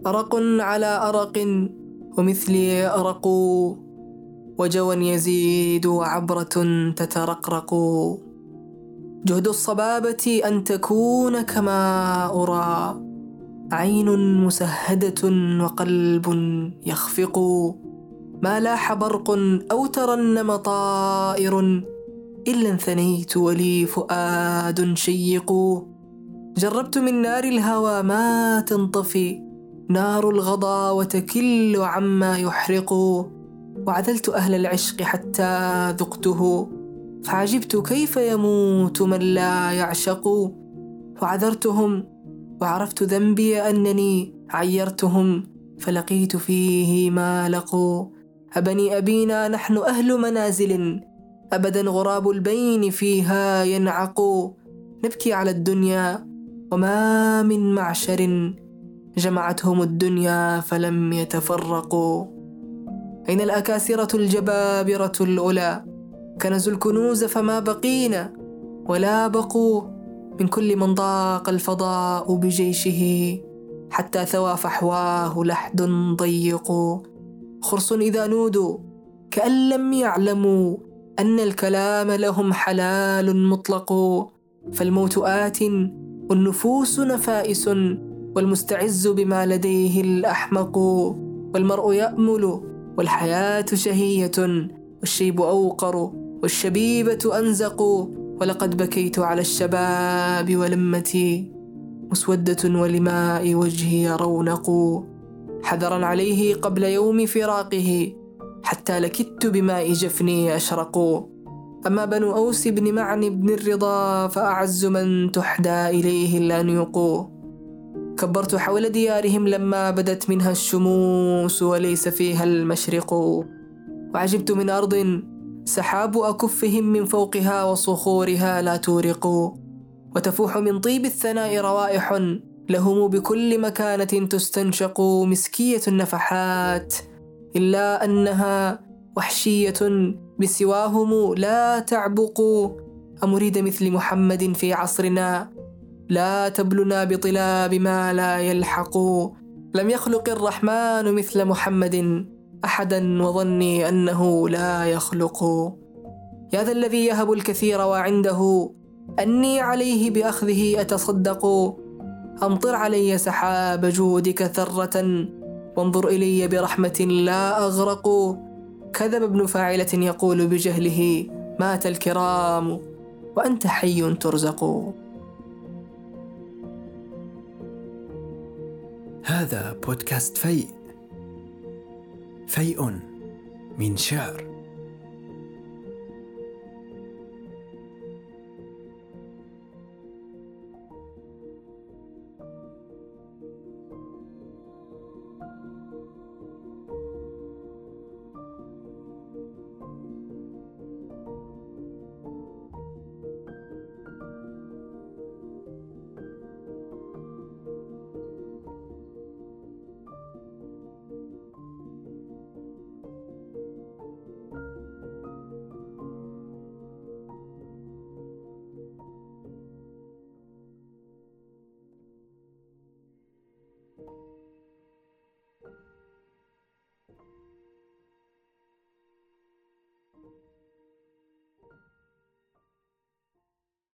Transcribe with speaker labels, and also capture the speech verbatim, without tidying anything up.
Speaker 1: أرق على أرق ومثلي أرق، وجوا يزيد وعبرة تترقرق. جهد الصبابة أن تكون كما أرى، عين مسهدة وقلب يخفق. ما لاح برق أو ترنم طائر، إلا انثنيت ولي فؤاد شيق. جربت من نار الهوى ما تنطفي، نار الغضا وتكل عما يحرق. وعذلت أهل العشق حتى ذقته، فعجبت كيف يموت من لا يعشق. وعذرتهم وعرفت ذنبي أنني عيرتهم، فلقيت فيه ما لقوا. أبني أبينا نحن أهل منازل، أبدا غراب البين فيها ينعق. نبكي على الدنيا وما من معشر، جمعتهم الدنيا فلم يتفرقوا. أين الأكاسرة الجبابرة الأولى، كنزوا الكنوز فما بقينا ولا بقوا. من كل من ضاق الفضاء بجيشه، حتى ثوى فحواه لحد ضيق. خرص إذا نودوا كأن لم يعلموا، أن الكلام لهم حلال مطلق. فالموت آت والنفوس نفائس، والمستعز بما لديه الأحمق. والمرء يأمل والحياة شهية، والشيب أوقر والشبيبة أنزق. ولقد بكيت على الشباب ولمتي، مسودة ولماء وجهي رونق. حذرا عليه قبل يوم فراقه، حتى لكدت بماء جفني أشرق. أما بنو أوس بن معن بن الرضا، فأعز من تحدى إليه الأنيق. كبرت حول ديارهم لما بدت منها الشموس، وليس فيها المشرق. وعجبت من أرض سحاب أكفهم من فوقها، وصخورها لا تورق. وتفوح من طيب الثناء روائح، لهم بكل مكانة تستنشق. مسكية النفحات إلا أنها وحشية، بسواهم لا تعبق. أمريد مثل محمد في عصرنا، لا تبلنا بطلاب ما لا يلحق. لم يخلق الرحمن مثل محمد أحدا، وظني أنه لا يخلق. يا ذا الذي يهب الكثير وعنده، أني عليه بأخذه أتصدق. أمطر علي سحاب جودك ثرة، وانظر إلي برحمة لا أغرق. كذب ابن فاعلة يقول بجهله، مات الكرام وأنت حي ترزق.
Speaker 2: هذا بودكاست فيء، فيء من شعر.